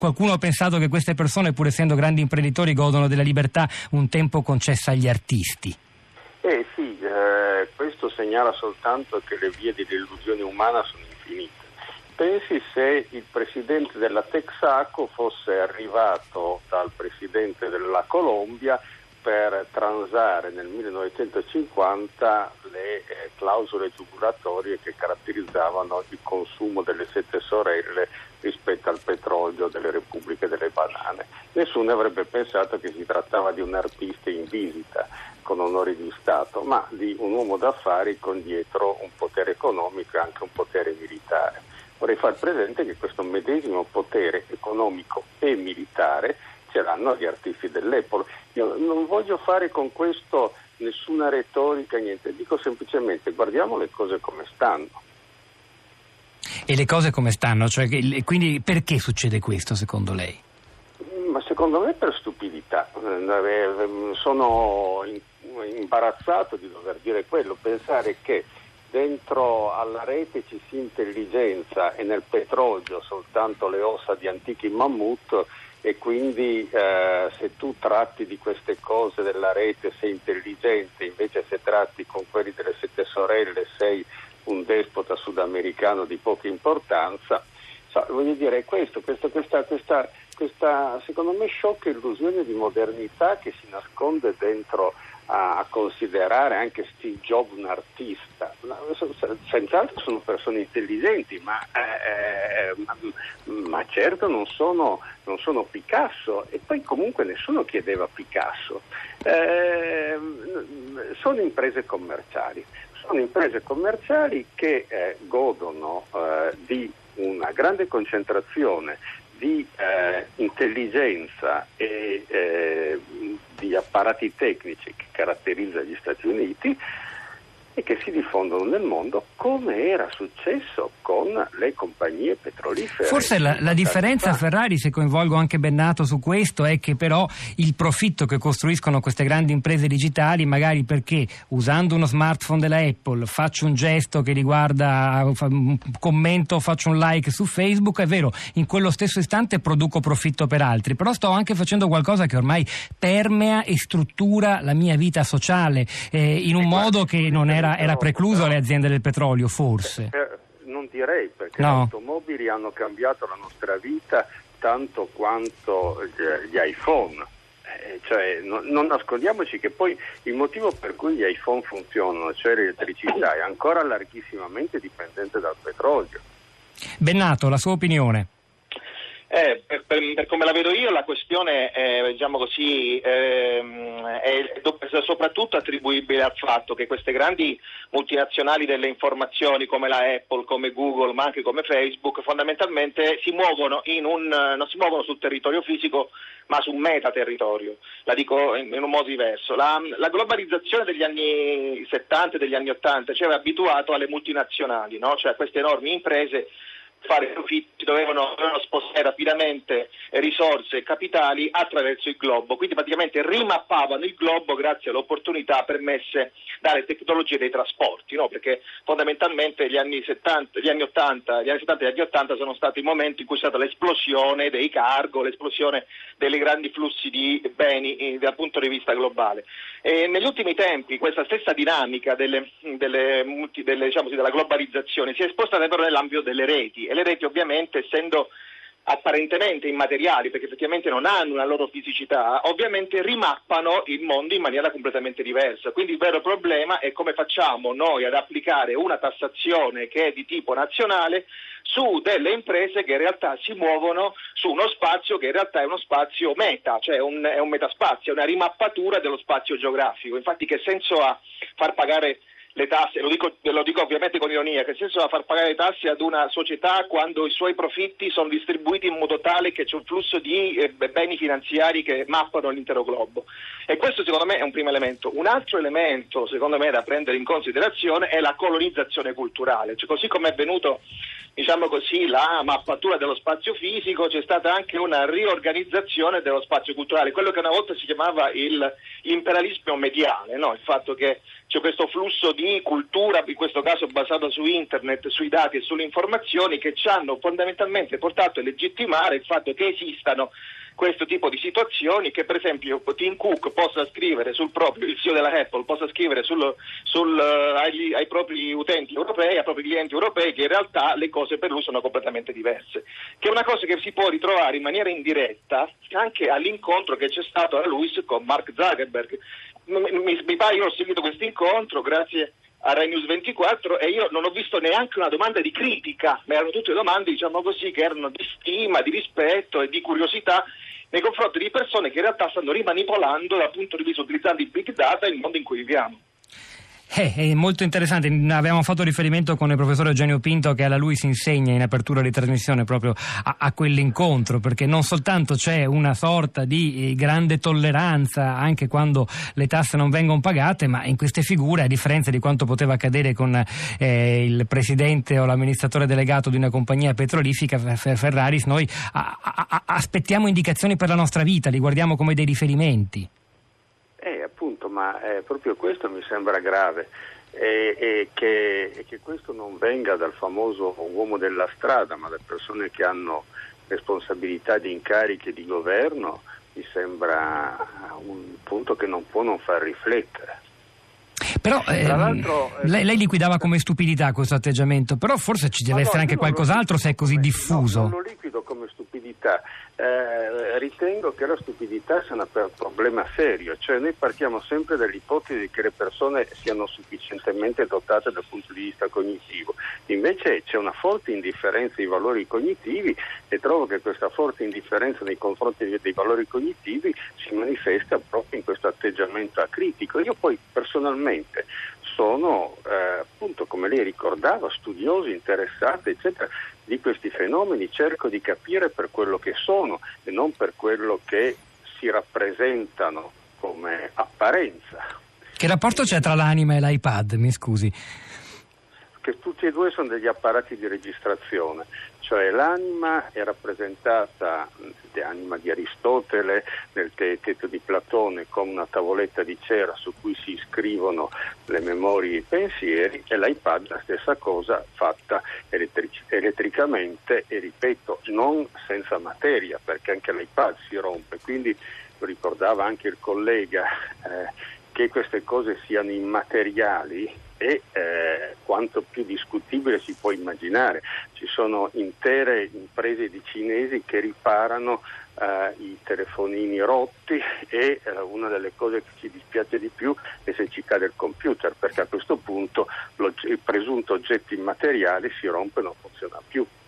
Qualcuno ha pensato che queste persone, pur essendo grandi imprenditori, godono della libertà un tempo concessa agli artisti. Sì, questo segnala soltanto che le vie dell'illusione umana sono infinite. Pensi se il presidente della Texaco fosse arrivato dal presidente della Colombia per transare nel 1950 le clausole giugulatorie che caratterizzavano il consumo delle 7 sorelle rispetto al petrolio delle repubbliche delle banane. Nessuno avrebbe pensato che si trattava di un artista in visita con onori di Stato, ma di un uomo d'affari con dietro un potere economico e anche un potere militare. Vorrei far presente che questo medesimo potere economico e militare ce l'hanno gli artisti dell'Apple. Io non voglio fare con questo nessuna retorica, niente, dico semplicemente guardiamo le cose come stanno. E le cose come stanno? Cioè, quindi perché succede questo secondo lei? Ma secondo me per stupidità. Sono imbarazzato di dover dire quello, pensare che dentro alla rete ci sia intelligenza e nel petrolio soltanto le ossa di antichi mammut, e quindi se tu tratti di queste cose della rete sei intelligente, invece se tratti con quelli delle 7 sorelle sei un despota sudamericano di poca importanza. Voglio dire, questa secondo me sciocca illusione di modernità che si nasconde dentro a considerare anche Steve Jobs un artista. Senz'altro sono persone intelligenti, ma certo non sono Picasso, e poi comunque nessuno chiedeva Picasso. Sono imprese commerciali che godono di una grande concentrazione di intelligenza e di apparati tecnici che caratterizza gli Stati Uniti e che si diffondono nel mondo, come era successo con le compagnie petrolifere. Forse la differenza, Ferrari, se coinvolgo anche Bennato su questo, è che però il profitto che costruiscono queste grandi imprese digitali, magari perché usando uno smartphone della Apple faccio un gesto che riguarda un commento, faccio un like su Facebook, è vero, in quello stesso istante produco profitto per altri, però sto anche facendo qualcosa che ormai permea e struttura la mia vita sociale in un modo che non era precluso alle aziende del petrolio, forse. Non direi, perché no. Le automobili hanno cambiato la nostra vita tanto quanto gli iPhone. Non nascondiamoci che poi il motivo per cui gli iPhone funzionano, cioè l'elettricità, è ancora larghissimamente dipendente dal petrolio. Bennato, la sua opinione? Per come la vedo io, la questione è soprattutto attribuibile al fatto che queste grandi multinazionali delle informazioni come la Apple, come Google, ma anche come Facebook, fondamentalmente non si muovono sul territorio fisico, ma su un metaterritorio. La dico in un modo diverso. La globalizzazione degli anni 70 e degli anni 80 ci aveva abituato alle multinazionali, no? Cioè a queste enormi imprese fare profitti, dovevano spostare rapidamente risorse e capitali attraverso il globo, quindi praticamente rimappavano il globo grazie alle opportunità permesse dalle tecnologie dei trasporti, no? Perché fondamentalmente gli anni 70 e gli anni 80 sono stati i momenti in cui c'è stata l'esplosione dei cargo, l'esplosione dei grandi flussi di beni dal punto di vista globale. E negli ultimi tempi questa stessa dinamica della globalizzazione si è spostata però nell'ambito delle reti, e le reti ovviamente, essendo apparentemente immateriali, perché effettivamente non hanno una loro fisicità, ovviamente rimappano il mondo in maniera completamente diversa. Quindi il vero problema è come facciamo noi ad applicare una tassazione che è di tipo nazionale su delle imprese che in realtà si muovono su uno spazio che in realtà è uno spazio meta, cioè è un metaspazio, è una rimappatura dello spazio geografico. Infatti che senso ha far pagare le tasse, lo dico ovviamente con ironia, che senso ha far pagare le tasse ad una società quando i suoi profitti sono distribuiti in modo tale che c'è un flusso di beni finanziari che mappano l'intero globo. E questo secondo me è un primo elemento. Un altro elemento secondo me da prendere in considerazione è la colonizzazione culturale, cioè così come è avvenuto diciamo così, la mappatura dello spazio fisico, c'è stata anche una riorganizzazione dello spazio culturale, quello che una volta si chiamava l'imperialismo mediale, no? Il fatto che c'è questo flusso di cultura, in questo caso basato su internet, sui dati e sulle informazioni, che ci hanno fondamentalmente portato a legittimare il fatto che esistano questo tipo di situazioni, che per esempio Tim Cook possa scrivere sul proprio, il CEO della Apple possa scrivere ai propri utenti europei, ai propri clienti europei, che in realtà le cose per lui sono completamente diverse, che è una cosa che si può ritrovare in maniera indiretta anche all'incontro che c'è stato a Luis con Mark Zuckerberg. Mi pare, io ho seguito questo incontro grazie a Rai News 24 e io non ho visto neanche una domanda di critica, ma erano tutte domande, diciamo così, che erano di stima, di rispetto e di curiosità nei confronti di persone che in realtà stanno rimanipolando dal punto di vista, utilizzando i big data, il mondo in cui viviamo. È molto interessante, avevamo fatto riferimento con il professor Eugenio Pinto, che alla lui si insegna in apertura di trasmissione proprio a quell'incontro, perché non soltanto c'è una sorta di grande tolleranza anche quando le tasse non vengono pagate, ma in queste figure, a differenza di quanto poteva accadere con il presidente o l'amministratore delegato di una compagnia petrolifera, Ferraris, noi aspettiamo indicazioni per la nostra vita, li guardiamo come dei riferimenti. Appunto, ma proprio questo mi sembra grave, e che questo non venga dal famoso uomo della strada, ma da persone che hanno responsabilità di incarichi di governo, mi sembra un punto che non può non far riflettere. Però lei liquidava come stupidità questo atteggiamento, però forse ci deve essere anche qualcos'altro se è così diffuso. No, non lo liquido come stupidità, ritengo che la stupidità sia un problema serio, cioè noi partiamo sempre dall'ipotesi che le persone siano sufficientemente dotate dal punto di vista cognitivo, invece c'è una forte indifferenza ai valori cognitivi e trovo che questa forte indifferenza nei confronti dei valori cognitivi si manifesta proprio in questo atteggiamento acritico. Io poi personalmente sono, appunto, come lei ricordava, studioso, interessato, eccetera, di questi fenomeni, cerco di capire per quello che sono e non per quello che si rappresentano come apparenza. Che rapporto c'è tra l'anima e l'iPad, mi scusi? Che tutti e due sono degli apparati di registrazione, cioè l'anima è rappresentata, l'anima di Aristotele, nel Teeteto di Platone, come una tavoletta di cera su cui si scrivono le memorie e i pensieri, e l'iPad la stessa cosa fatta elettricamente e, ripeto, non senza materia, perché anche l'iPad si rompe, quindi lo ricordava anche il collega, che queste cose siano immateriali e quanto più discutibile si può immaginare. Ci sono intere imprese di cinesi che riparano i telefonini rotti e una delle cose che ci dispiace di più è se ci cade il computer, perché a questo punto il presunto oggetto immateriale si rompe e non funziona più.